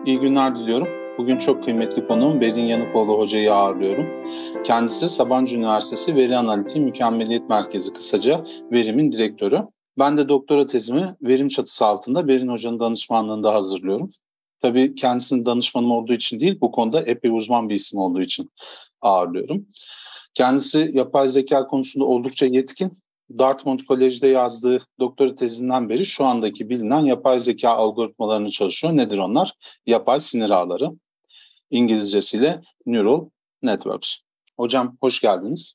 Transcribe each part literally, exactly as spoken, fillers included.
İyi günler diliyorum. Bugün çok kıymetli konuğum Berin Yanıkoğlu Hoca'yı ağırlıyorum. Kendisi Sabancı Üniversitesi Veri Analitiği Mükemmeliyet Merkezi, kısaca Verim'in direktörü. Ben de doktora tezimi Verim çatısı altında Berin Hoca'nın danışmanlığında hazırlıyorum. Tabii kendisinin danışmanım olduğu için değil, bu konuda epey uzman bir isim olduğu için ağırlıyorum. Kendisi yapay zeka konusunda oldukça yetkin. Dartmouth College'de yazdığı doktora tezinden beri şu andaki bilinen yapay zeka algoritmalarını çalışıyor. Nedir onlar? Yapay sinir ağları. İngilizcesiyle Neural Networks. Hocam hoş geldiniz.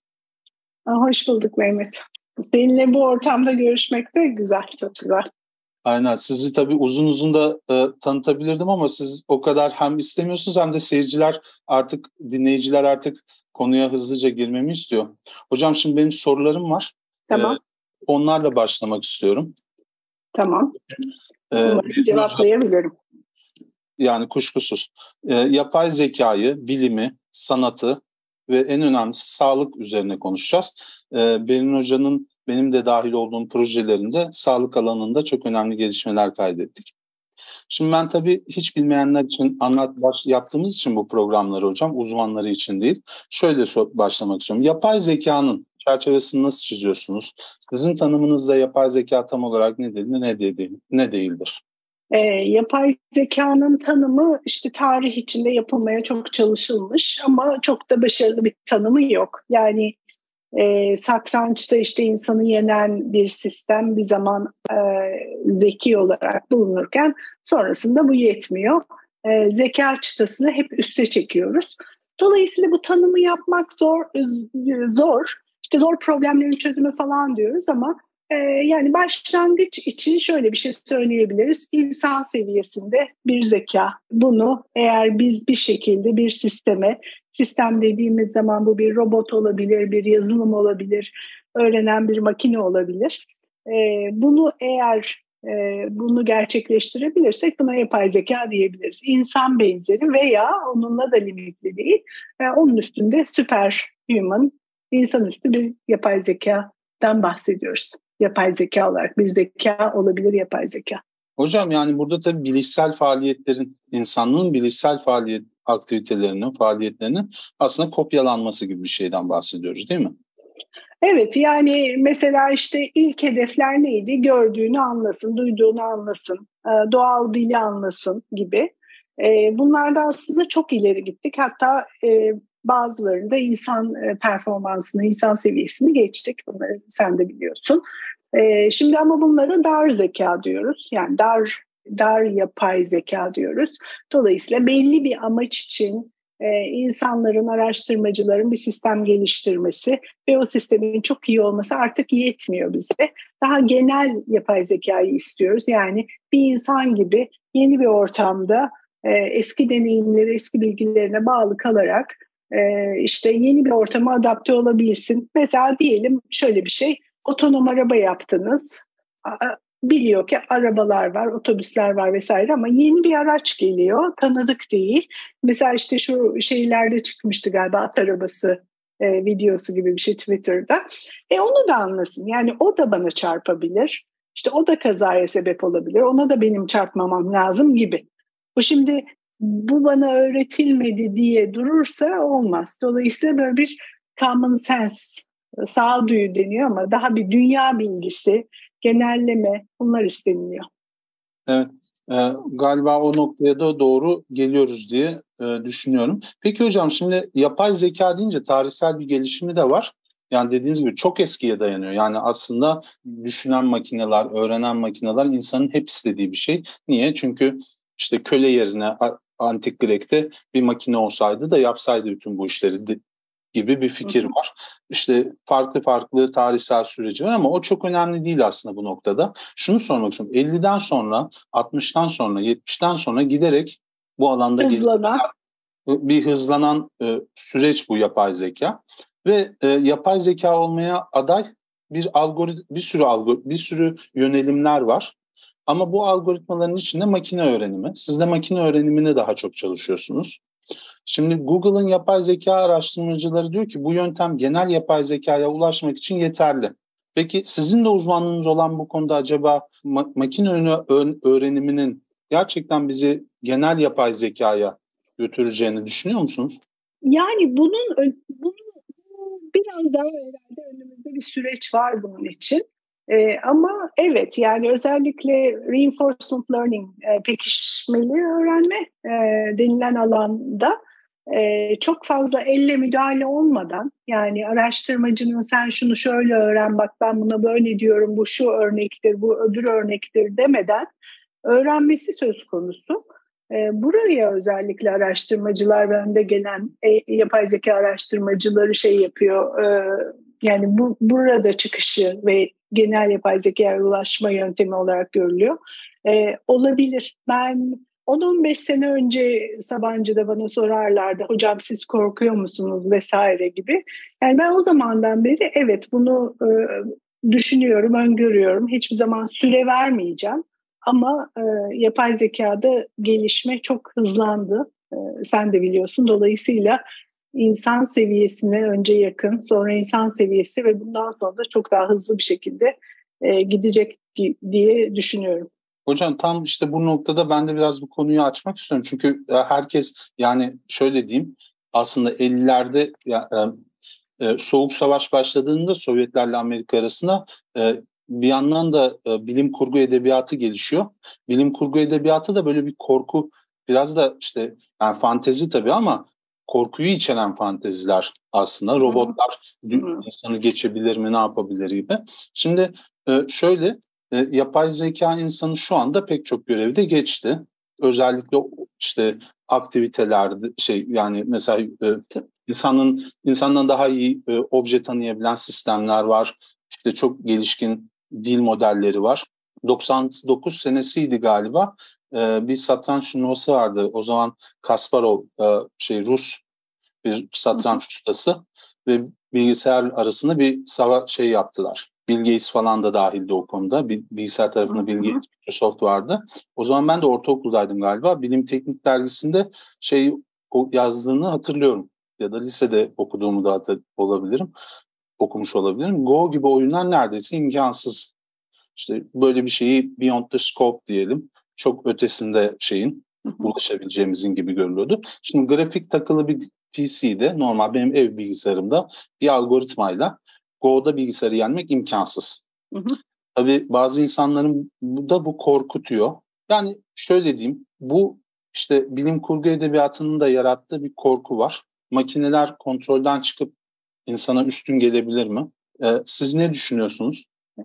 Hoş bulduk Mehmet. Seninle bu ortamda görüşmek de güzel, çok güzel. Aynen. Sizi tabii uzun uzun da e, tanıtabilirdim ama siz o kadar hem istemiyorsunuz hem de seyirciler artık, dinleyiciler artık konuya hızlıca girmemi istiyor. Hocam şimdi benim sorularım var. Tamam. E, onlarla başlamak istiyorum. Tamam. E, Umarım cevaplayabilirim. Yani kuşkusuz. E, yapay zekayı, bilimi, sanatı ve en önemlisi sağlık üzerine konuşacağız. E, Berin Hoca'nın, benim de dahil olduğum projelerinde sağlık alanında çok önemli gelişmeler kaydettik. Şimdi ben tabii hiç bilmeyenler için anlat baş, yaptığımız için bu programları hocam, uzmanları için değil. Şöyle so- başlamak istiyorum. Yapay zekanın çerçevesini nasıl çiziyorsunuz? Sizin tanımınızda yapay zeka tam olarak nedir, ne, değil, ne değildir? E, yapay zekanın tanımı işte tarih içinde yapılmaya çok çalışılmış ama çok da başarılı bir tanımı yok. Yani e, satrançta işte insanı yenen bir sistem bir zaman e, zeki olarak bulunurken sonrasında bu yetmiyor. E, zeka çıtasını hep üste çekiyoruz. Dolayısıyla bu tanımı yapmak zor, zor. İşte zor problemlerin çözümü falan diyoruz ama e, yani başlangıç için şöyle bir şey söyleyebiliriz. İnsan seviyesinde bir zeka. Bunu eğer biz bir şekilde bir sisteme, sistem dediğimiz zaman bu bir robot olabilir, bir yazılım olabilir, öğrenen bir makine olabilir. Ee, bunu eğer e, bunu gerçekleştirebilirsek buna yapay zeka diyebiliriz. İnsan benzeri veya onunla da limitli değil. Yani onun üstünde süper human, insanüstü bir yapay zekadan bahsediyoruz. Yapay zeka olarak bir zeka olabilir yapay zeka. Hocam yani burada tabii bilişsel faaliyetlerin, insanlığın bilişsel faaliyet aktivitelerinin, faaliyetlerinin aslında kopyalanması gibi bir şeyden bahsediyoruz değil mi? Evet, yani mesela işte ilk hedefler neydi? Gördüğünü anlasın, duyduğunu anlasın, doğal dili anlasın gibi. Bunlarda aslında çok ileri gittik. Hatta bazılarında insan performansını, insan seviyesini geçtik. Bunları sen de biliyorsun. Şimdi ama bunlara dar zeka diyoruz. Yani dar dar yapay zeka diyoruz. Dolayısıyla belli bir amaç için e, insanların, araştırmacıların bir sistem geliştirmesi ve o sistemin çok iyi olması artık yetmiyor bize. Daha genel yapay zekayı istiyoruz. Yani bir insan gibi yeni bir ortamda e, eski deneyimleri, eski bilgilerine bağlı kalarak e, işte yeni bir ortama adapte olabilsin. Mesela diyelim şöyle bir şey, otonom araba yaptınız. Biliyor ki arabalar var, otobüsler var vesaire ama yeni bir araç geliyor, tanıdık değil. Mesela işte şu şeylerde çıkmıştı galiba, at arabası e, videosu gibi bir şey Twitter'da. E onu da anlasın. Yani o da bana çarpabilir. İşte o da kazaya sebep olabilir. Ona da benim çarpmamam lazım gibi. Bu şimdi bu bana öğretilmedi diye durursa olmaz. Dolayısıyla böyle bir common sense, sağduyu deniyor ama daha bir dünya bilgisi, genelleme, bunlar isteniliyor. Evet, e, galiba o noktaya da doğru geliyoruz diye e, düşünüyorum. Peki hocam şimdi yapay zeka deyince tarihsel bir gelişimi de var. Yani dediğiniz gibi çok eskiye dayanıyor. Yani aslında düşünen makineler, öğrenen makineler insanın hep istediği bir şey. Niye? Çünkü işte köle yerine Antik Grek'te bir makine olsaydı da yapsaydı bütün bu işleri gibi bir fikir var. İşte farklı farklı tarihsel süreci var ama o çok önemli değil aslında bu noktada. Şunu sormak istiyorum. elliden sonra, altmıştan sonra, yetmişten sonra giderek bu alanda Hızlanan. bir hızlanan e, süreç bu yapay zeka ve e, yapay zeka olmaya aday bir algorit bir sürü algor bir sürü yönelimler var. Ama bu algoritmaların içinde makine öğrenimi. Siz de makine öğrenimine daha çok çalışıyorsunuz. Şimdi Google'ın yapay zeka araştırmacıları diyor ki bu yöntem genel yapay zekaya ulaşmak için yeterli. Peki sizin de uzmanlığınız olan bu konuda acaba ma- makine öğreniminin gerçekten bizi genel yapay zekaya götüreceğini düşünüyor musunuz? Yani bunun, bunun biraz daha herhalde önümüzde bir süreç var bunun için. Ee, ama evet, yani özellikle reinforcement learning, e, pekişmeli öğrenme e, denilen alanda e, çok fazla elle müdahale olmadan, yani araştırmacının sen şunu şöyle öğren, bak ben buna böyle diyorum, bu şu örnektir, bu öbür örnektir demeden öğrenmesi söz konusu. E, buraya özellikle araştırmacılar ve önde gelen e, yapay zeka araştırmacıları şey yapıyor. E, yani bu burada çıkışı ve genel yapay zekaya ulaşma yöntemi olarak görülüyor. E, olabilir. Ben on on beş sene önce Sabancı'da bana sorarlardı, hocam siz korkuyor musunuz vesaire gibi. Yani ben o zamandan beri evet bunu e, düşünüyorum, öngörüyorum. Hiçbir zaman süre vermeyeceğim. Ama e, yapay zekada gelişme çok hızlandı. E, sen de biliyorsun. Dolayısıyla insan seviyesine önce yakın, sonra insan seviyesi ve bundan sonra da çok daha hızlı bir şekilde e, gidecek diye düşünüyorum. Hocam tam işte bu noktada ben de biraz bu konuyu açmak istiyorum. Çünkü e, herkes, yani şöyle diyeyim, aslında ellilerde ya, e, e, Soğuk Savaş başladığında Sovyetlerle Amerika arasında e, bir yandan da e, bilim kurgu edebiyatı gelişiyor. Bilim kurgu edebiyatı da böyle bir korku, biraz da işte yani fantezi tabii ama korkuyu içeren fanteziler aslında. Robotlar dü- insanı geçebilir mi, ne yapabilir gibi. Şimdi e, şöyle e, yapay zeka insanı şu anda pek çok görevde geçti. Özellikle işte aktivitelerde şey, yani mesela e, insanın insandan daha iyi e, obje tanıyabilen sistemler var. İşte çok gelişkin dil modelleri var. doksan dokuz senesiydi galiba. E, bir satranç turnuvası vardı. O zaman Kasparov, e, şey Rus bir satranç ustası ve bilgisayar arasında bir sava şey yaptılar. Bill Gates falan da dahildi o konuda. Bir, bilgisayar tarafında Bill Gates, Microsoft vardı. O zaman ben de ortaokuldaydım galiba. Bilim Teknik dergisinde şey yazdığını hatırlıyorum. Ya da lisede okuduğumu da hatır, olabilirim. Okumuş olabilirim. Go gibi oyunlar neredeyse imkansız. İşte böyle bir şeyi beyond the scope diyelim. Çok ötesinde şeyin ulaşabileceğimizin gibi görülüyordu. Şimdi grafik takılı bir P C'de, normal benim ev bilgisayarımda bir algoritmayla Go'da bilgisayarı yenmek imkansız. Hı hı. Tabii bazı insanların bu da bu korkutuyor. Yani şöyle diyeyim, bu işte bilim kurgu edebiyatının da yarattığı bir korku var. Makineler kontrolden çıkıp insana üstün gelebilir mi? Ee, siz ne düşünüyorsunuz?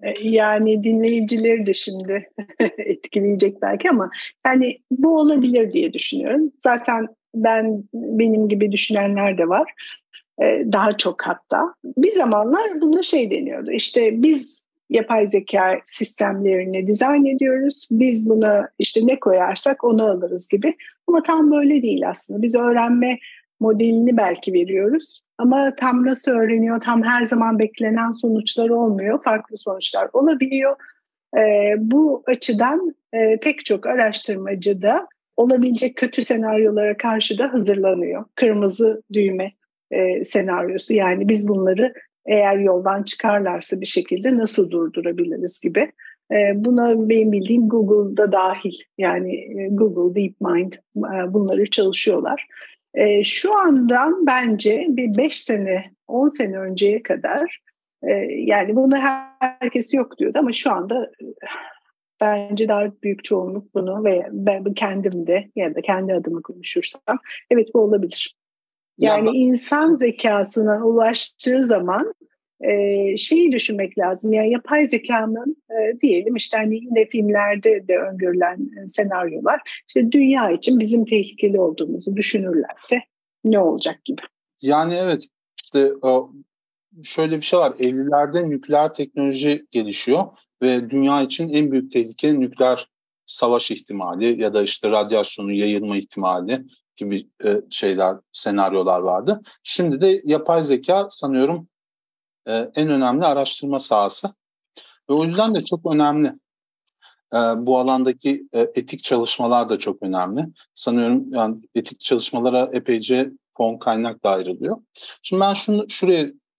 Yani dinleyicileri de şimdi etkileyecek belki ama yani bu olabilir diye düşünüyorum. Zaten ben, benim gibi düşünenler de var. Daha çok hatta. Bir zamanlar buna şey deniyordu. İşte biz yapay zeka sistemlerini dizayn ediyoruz. Biz buna işte ne koyarsak onu alırız gibi. Ama tam böyle değil aslında. Biz öğrenme modelini belki veriyoruz. Ama tam nasıl öğreniyor, tam her zaman beklenen sonuçlar olmuyor. Farklı sonuçlar olabiliyor. Ee, bu açıdan e, pek çok araştırmacı da olabilecek kötü senaryolara karşı da hazırlanıyor. Kırmızı düğme e, senaryosu. Yani biz bunları eğer yoldan çıkarlarsa bir şekilde nasıl durdurabiliriz gibi. E, buna benim bildiğim Google'da dahil. Yani e, Google, DeepMind e, bunları çalışıyorlar. E, şu andan bence bir beş sene, on sene önceye kadar e, yani bunu herkes yok diyordu ama şu anda e, bence daha büyük çoğunluk bunu ve ben kendim de ya da kendi adıma konuşursam evet bu olabilir. Yani Ya insan zekasına ulaştığı zaman e, şeyi düşünmek lazım. Yani yapay zekanın e, diyelim işte hani yine filmlerde de öngörülen e, senaryolar işte dünya için bizim tehlikeli olduğumuzu düşünürlerse ne olacak gibi. yani evet, işte o, şöyle bir şey var. ellilerde nükleer teknoloji gelişiyor ve dünya için en büyük tehlike nükleer savaş ihtimali ya da işte radyasyonun yayılma ihtimali gibi e, şeyler, senaryolar vardı. Şimdi de yapay zeka sanıyorum e, en önemli araştırma sahası ve o yüzden de çok önemli. E, bu alandaki e, etik çalışmalar da çok önemli. Sanıyorum yani etik çalışmalara epeyce fon kaynak da ayrılıyor. Şimdi ben şunu şuraya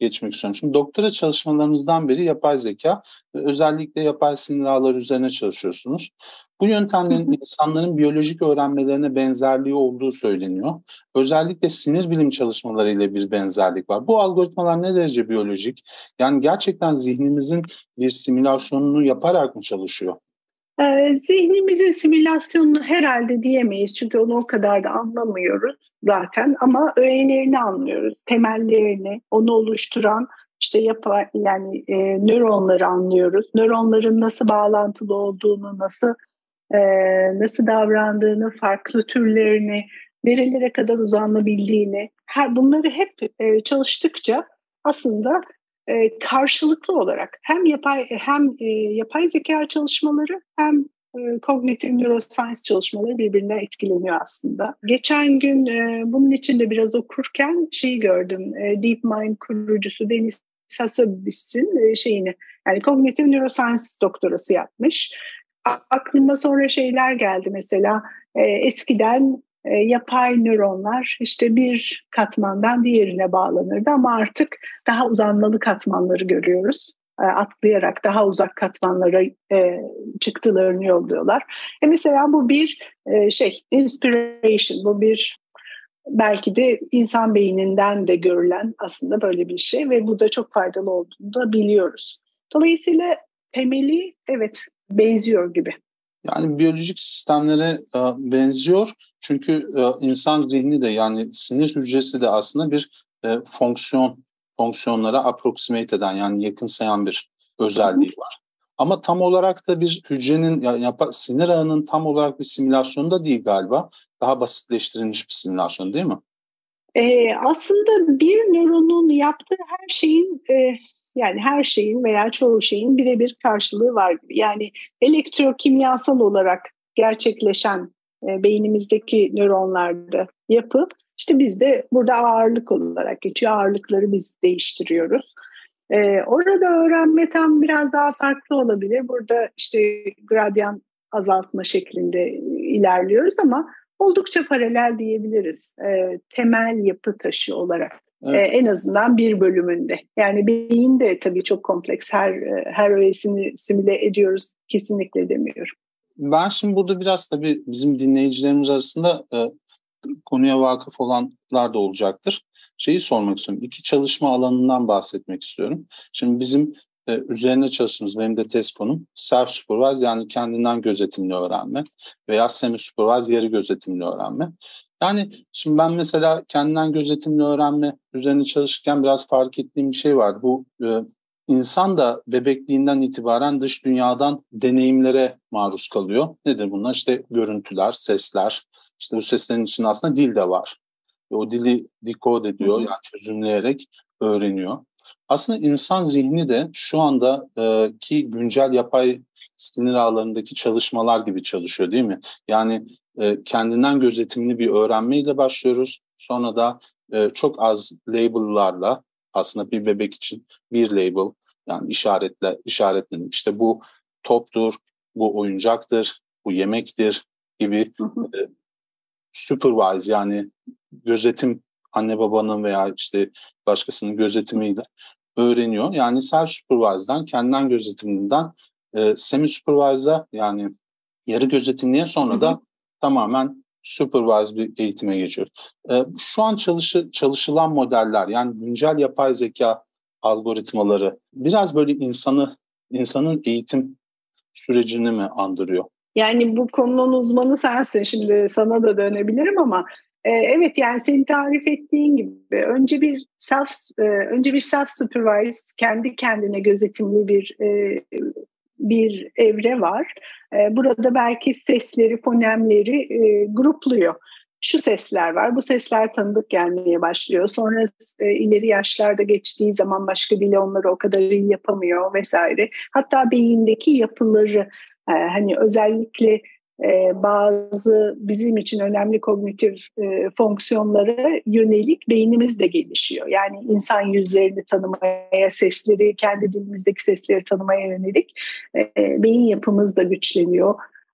geçmek istiyorum. Şimdi doktora çalışmalarınızdan beri yapay zeka ve özellikle yapay sinir ağları üzerine çalışıyorsunuz. Bu yöntemlerin insanların biyolojik öğrenmelerine benzerliği olduğu söyleniyor. Özellikle sinir bilim çalışmalarıyla bir benzerlik var. Bu algoritmalar ne derece biyolojik? Yani gerçekten zihnimizin bir simülasyonunu yaparak mı çalışıyor? Ee, zihnimizin simülasyonunu herhalde diyemeyiz çünkü onu o kadar da anlamıyoruz zaten ama öğelerini anlıyoruz, temellerini, onu oluşturan işte yapay yani e, nöronları anlıyoruz. Nöronların nasıl bağlantılı olduğunu, nasıl e, nasıl davrandığını, farklı türlerini, nerelere kadar uzanabildiğini, her bunları hep e, çalıştıkça aslında e, karşılıklı olarak hem yapay hem e, yapay zeka çalışmaları hem e, kognitif neuroscience çalışmaları birbirine etkileniyor aslında. Geçen gün e, bunun için de biraz okurken şeyi gördüm. E, DeepMind kurucusu Denis Hassabis'in e, şeyini yani kognitif neuroscience doktorası yapmış. A- aklıma sonra şeyler geldi mesela e, eskiden e, yapay nöronlar işte bir katmandan diğerine bağlanırdı ama artık daha uzanmalı katmanları görüyoruz. E, atlayarak daha uzak katmanlara e, çıktılarını yolluyorlar. E mesela bu bir e, şey, inspiration, bu bir belki de insan beyninden de görülen aslında böyle bir şey ve bu da çok faydalı olduğunu da biliyoruz. Dolayısıyla temeli evet benziyor gibi. Yani biyolojik sistemlere e, benziyor. Çünkü e, insan zihni de yani sinir hücresi de aslında bir e, fonksiyon fonksiyonlara approximate eden yani yakınsayan bir özelliği var. Ama tam olarak da bir hücrenin yani yapa, sinir ağının tam olarak bir simülasyonu da değil galiba. Daha basitleştirilmiş bir simülasyon değil mi? Ee, aslında bir nöronun yaptığı her şeyin e, yani her şeyin veya çoğu şeyin birebir karşılığı var gibi. Yani elektrokimyasal olarak gerçekleşen e, beynimizdeki nöronlarda yapı işte bizde burada ağırlık olarak geçiyor. Ağırlıkları biz değiştiriyoruz. Ee, orada öğrenme tam biraz daha farklı olabilir. Burada işte gradyan azaltma şeklinde ilerliyoruz ama oldukça paralel diyebiliriz e, temel yapı taşı olarak. E, Evet. en azından bir bölümünde. Yani beyin de tabii çok kompleks. Her her öğesini simüle ediyoruz kesinlikle demiyorum. Ben şimdi burada biraz tabii bizim dinleyicilerimiz arasında e, konuya vakıf olanlar da olacaktır. Şeyi sormak istiyorum. İki çalışma alanından bahsetmek istiyorum. Şimdi bizim e, üzerine çalıştığımız, benim de tez konum self-supervised yani kendinden gözetimli öğrenme veya semi-supervised yarı gözetimli öğrenme. Yani şimdi ben mesela kendinden gözetimli öğrenme üzerine çalışırken biraz fark ettiğim bir şey var. Bu e, insan da bebekliğinden itibaren dış dünyadan deneyimlere maruz kalıyor. Nedir bunlar? İşte görüntüler, sesler, işte bu seslerin içinde aslında dil de var. Ve o dili dekod ediyor, yani çözümleyerek öğreniyor. Aslında insan zihni de şu anda e, ki güncel yapay sinir ağlarındaki çalışmalar gibi çalışıyor değil mi? Yani e, kendinden gözetimli bir öğrenmeyle başlıyoruz. Sonra da e, çok az label'larla aslında bir bebek için bir label yani işaretle işaretlenip işte bu toptur, bu oyuncaktır, bu yemektir gibi e, supervise yani gözetim anne babanın veya işte başkasının gözetimiyle öğreniyor. Yani self-supervised'dan, kendinden gözetiminden e, semi-supervised'a yani yarı gözetimliye sonra da tamamen supervised bir eğitime geçiyor. E, şu an çalışı, çalışılan modeller yani güncel yapay zeka algoritmaları biraz böyle insanı insanın eğitim sürecini mi andırıyor? Yani bu konunun uzmanı sensin. Şimdi sana da dönebilirim ama e, evet yani senin tarif ettiğin gibi önce bir self e, önce bir self supervised kendi kendine gözetimli bir e, bir evre var. E, burada belki sesleri, fonemleri e, grupluyor. Şu sesler var, bu sesler tanıdık gelmeye başlıyor. Sonra e, ileri yaşlarda geçtiği zaman başka dili onları o kadar iyi yapamıyor vesaire. Hatta beyindeki yapıları ee, hani özellikle e, bazı bizim için önemli kognitif e, fonksiyonlara yönelik beynimiz de gelişiyor. Yani insan yüzlerini tanımaya, sesleri, kendi dilimizdeki sesleri tanımaya yönelik e, beyin yapımız da güçleniyor.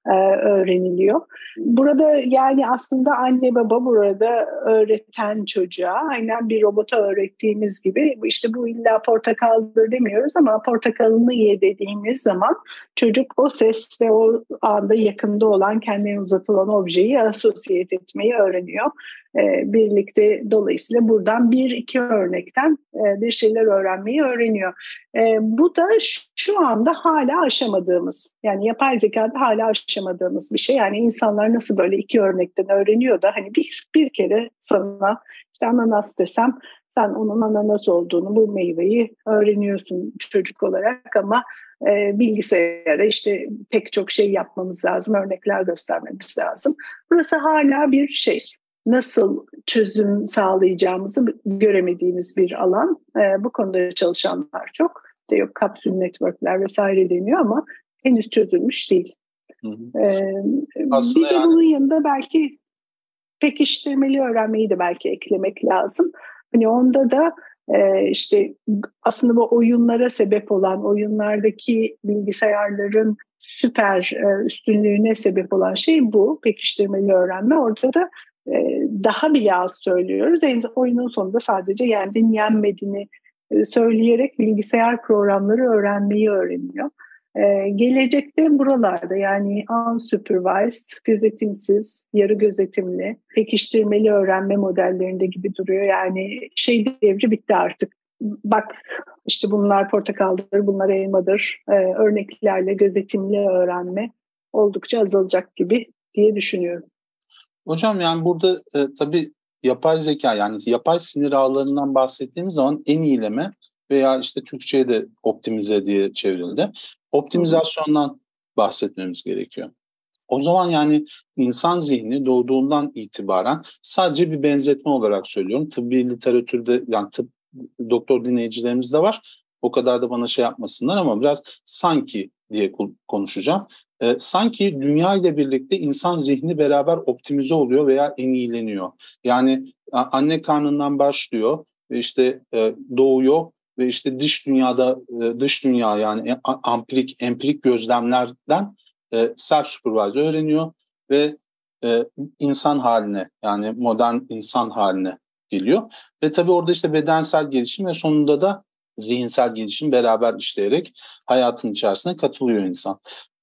e, öğreniliyor. Burada yani aslında anne baba burada öğreten çocuğa aynen bir robota öğrettiğimiz gibi işte bu illa portakaldır demiyoruz ama portakalını ye dediğimiz zaman çocuk o ses ve o anda yakında olan kendine uzatılan objeyi asosiyet etmeyi öğreniyor. E, birlikte dolayısıyla buradan bir iki örnekten e, bir şeyler öğrenmeyi öğreniyor. E, bu da şu anda hala aşamadığımız, yani yapay zekada hala aşamadığımız bir şey. Yani insanlar nasıl böyle iki örnekten öğreniyor da hani bir, bir kere sana işte ananas desem sen onun ananas olduğunu, bu meyveyi öğreniyorsun çocuk olarak ama e, bilgisayara işte pek çok şey yapmamız lazım, örnekler göstermemiz lazım. Burası hala bir şey. Nasıl çözüm sağlayacağımızı göremediğimiz bir alan. E, bu konuda çalışanlar çok. De yok kapsül networkler vesaire deniyor ama henüz çözülmüş değil. Hı hı. E, bir de yani bunun yanında belki pekiştirmeli öğrenmeyi de belki eklemek lazım. Hani onda da e, işte aslında bu oyunlara sebep olan, oyunlardaki bilgisayarların süper e, üstünlüğüne sebep olan şey bu. Pekiştirmeli öğrenme. Orada da e, daha bile az söylüyoruz. En oyunun sonunda sadece yendin yenmediğini e, söyleyerek bilgisayar programları öğrenmeyi öğreniyor. Ee, gelecekte buralarda yani unsupervised, gözetimsiz, yarı gözetimli, pekiştirmeli öğrenme modellerinde gibi duruyor. Yani şey devri bitti artık. Bak işte bunlar portakaldır, bunlar elmadır. Ee, örneklerle gözetimli öğrenme oldukça azalacak gibi diye düşünüyorum. Hocam yani burada e, tabii yapay zeka yani yapay sinir ağlarından bahsettiğimiz zaman en iyileme veya işte Türkçe'ye de optimize diye çevrildi. Optimizasyondan bahsetmemiz gerekiyor. O zaman yani insan zihni doğduğundan itibaren sadece bir benzetme olarak söylüyorum. Tıbbi literatürde yani tıp doktor dinleyicilerimiz de var. O kadar da bana şey yapmasınlar ama biraz sanki diye konuşacağım. Ee, sanki dünya ile birlikte insan zihni beraber optimize oluyor veya en iyileniyor. Yani anne karnından başlıyor ve işte e, doğuyor ve işte dış dünyada e, dış dünya yani empirik empirik gözlemlerden e, self-supervised öğreniyor ve e, insan haline yani modern insan haline geliyor. Ve tabii orada işte bedensel gelişim ve sonunda da zihinsel gelişim beraber işleyerek hayatın içerisine katılıyor insan.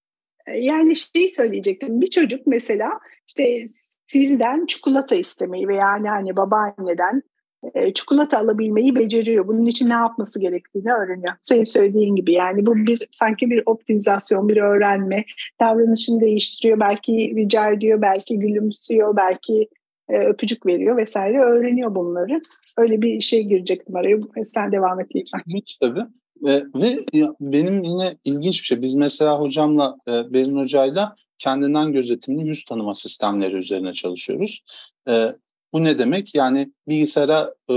Yani şeyi söyleyecektim. Bir çocuk mesela işte sizden çikolata istemeyi veya anneanne babaanneden e, çikolata alabilmeyi beceriyor. Bunun için ne yapması gerektiğini öğreniyor. Senin söylediğin gibi yani bu bir sanki bir optimizasyon, bir öğrenme. Davranışını değiştiriyor. Belki rica ediyor, belki gülümsüyor, belki e, öpücük veriyor vesaire. Öğreniyor bunları. Öyle bir şey girecektim araya. Sen devam et lütfen. Tabii. Ve, ve benim yine ilginç bir şey. Biz mesela hocamla, e, Berin hocayla kendinden gözetimli yüz tanıma sistemleri üzerine çalışıyoruz. E, bu ne demek? Yani bilgisayara e,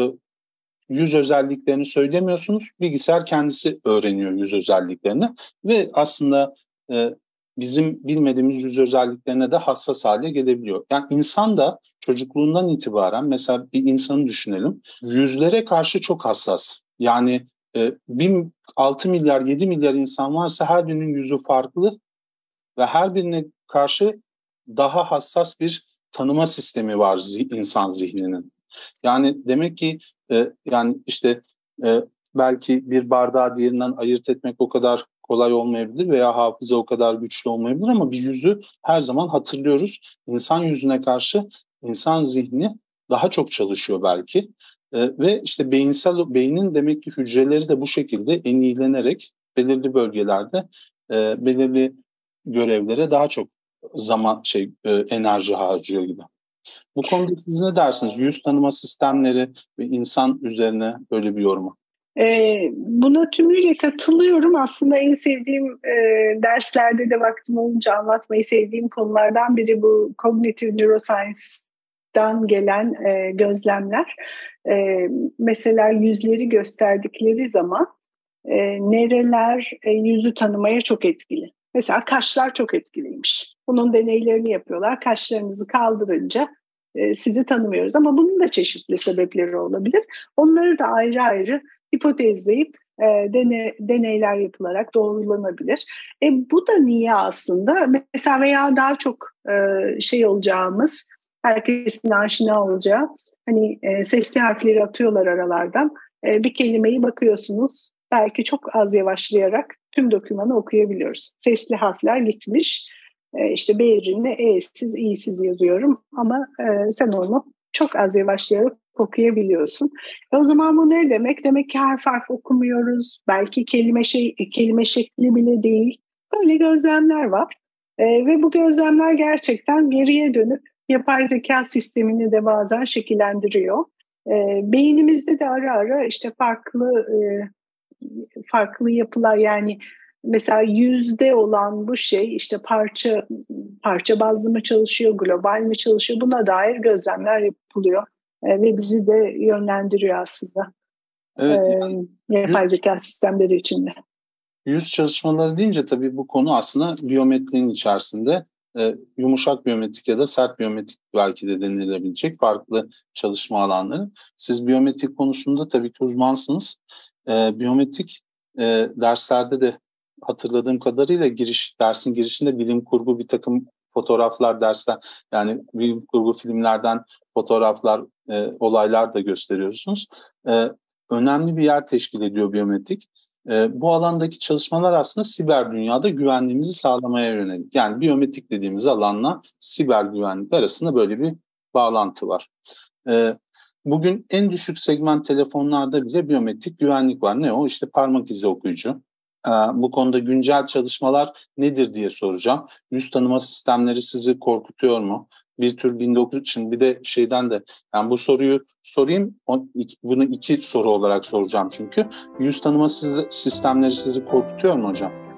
yüz özelliklerini söylemiyorsunuz. Bilgisayar kendisi öğreniyor yüz özelliklerini ve aslında e, bizim bilmediğimiz yüz özelliklerine de hassas hale gelebiliyor. Yani insan da çocukluğundan itibaren mesela bir insanı düşünelim. Yüzlere karşı çok hassas. Yani e, bin, altı milyar yedi milyar insan varsa her birinin yüzü farklı ve her birine karşı daha hassas bir tanıma sistemi var zih- insan zihninin. Yani demek ki e, yani işte e, belki bir bardağı diğerinden ayırt etmek o kadar kolay olmayabilir veya hafıza o kadar güçlü olmayabilir ama bir yüzü her zaman hatırlıyoruz. İnsan yüzüne karşı insan zihni daha çok çalışıyor belki. E, ve işte beyinsel beynin demek ki hücreleri de bu şekilde enilenerek belirli bölgelerde e, belirli görevlere daha çok zaman şey e, enerji harcıyor gibi. Bu konuda siz ne dersiniz? Yüz tanıma sistemleri ve insan üzerine böyle bir yoruma. Ee, buna tümüyle katılıyorum. Aslında en sevdiğim e, derslerde de vaktim olunca anlatmayı sevdiğim konulardan biri bu Cognitive Neuroscience'dan gelen e, gözlemler. E, mesela yüzleri gösterdikleri zaman e, nereler e, yüzü tanımaya çok etkili. Mesela kaşlar çok etkiliymiş. Bunun deneylerini yapıyorlar. Kaşlarınızı kaldırınca e, sizi tanımıyoruz ama bunun da çeşitli sebepleri olabilir. Onları da ayrı ayrı hipotezleyip e, dene, deneyler yapılarak doğrulanabilir. E, bu da niye aslında? Mesela veya daha çok e, şey olacağımız, herkesin aşina olacağı, hani e, sesli harfleri atıyorlar aralardan. E, bir kelimeyi bakıyorsunuz, belki çok az yavaşlayarak tüm dokümanı okuyabiliyoruz. Sesli harfler gitmiş. E, işte B'rini E'siz, İ'siz yazıyorum ama e, sen onu çok az yavaşlayarak okuyabiliyorsun. E o zaman bu ne demek? Demek ki harf harf okumuyoruz. Belki kelime şey kelime şekli bile değil. Böyle gözlemler var. E, ve bu gözlemler gerçekten geriye dönüp yapay zeka sistemini de bazen şekillendiriyor. E, beynimizde de ara ara işte farklı e, farklı yapılar, yani mesela yüzde olan bu şey işte parça parça bazlı mı çalışıyor, global mi çalışıyor, buna dair gözlemler yapılıyor. E, ve bizi de yönlendiriyor aslında e, Evet, yani yüz, yapay zeka sistemleri içinde. yüz çalışmaları deyince tabii bu konu aslında biyometriğin içerisinde e, yumuşak biyometrik ya da sert biyometrik belki de denilebilecek farklı çalışma alanları. Siz biyometrik konusunda tabii ki uzmansınız. E, biyometrik e, derslerde de hatırladığım kadarıyla giriş dersin girişinde bilim kurgu bir takım fotoğraflar dersler, yani bilim kurgu filmlerden fotoğraflar, e, olaylar da gösteriyorsunuz. E, önemli bir yer teşkil ediyor biyometrik. E, bu alandaki çalışmalar aslında siber dünyada güvenliğimizi sağlamaya yönelik. Yani biyometrik dediğimiz alanla siber güvenlik arasında böyle bir bağlantı var. E, bugün en düşük segment telefonlarda bile biyometrik güvenlik var. Ne o? İşte parmak izi okuyucu. E, bu konuda güncel çalışmalar nedir diye soracağım. Yüz tanıma sistemleri sizi korkutuyor mu? Bir tür bin dokuz yüz için bir de şeyden de, yani bu soruyu sorayım. O, iki, bunu iki soru olarak soracağım çünkü. Yüz tanıma sizi, sistemleri sizi korkutuyor mu hocam?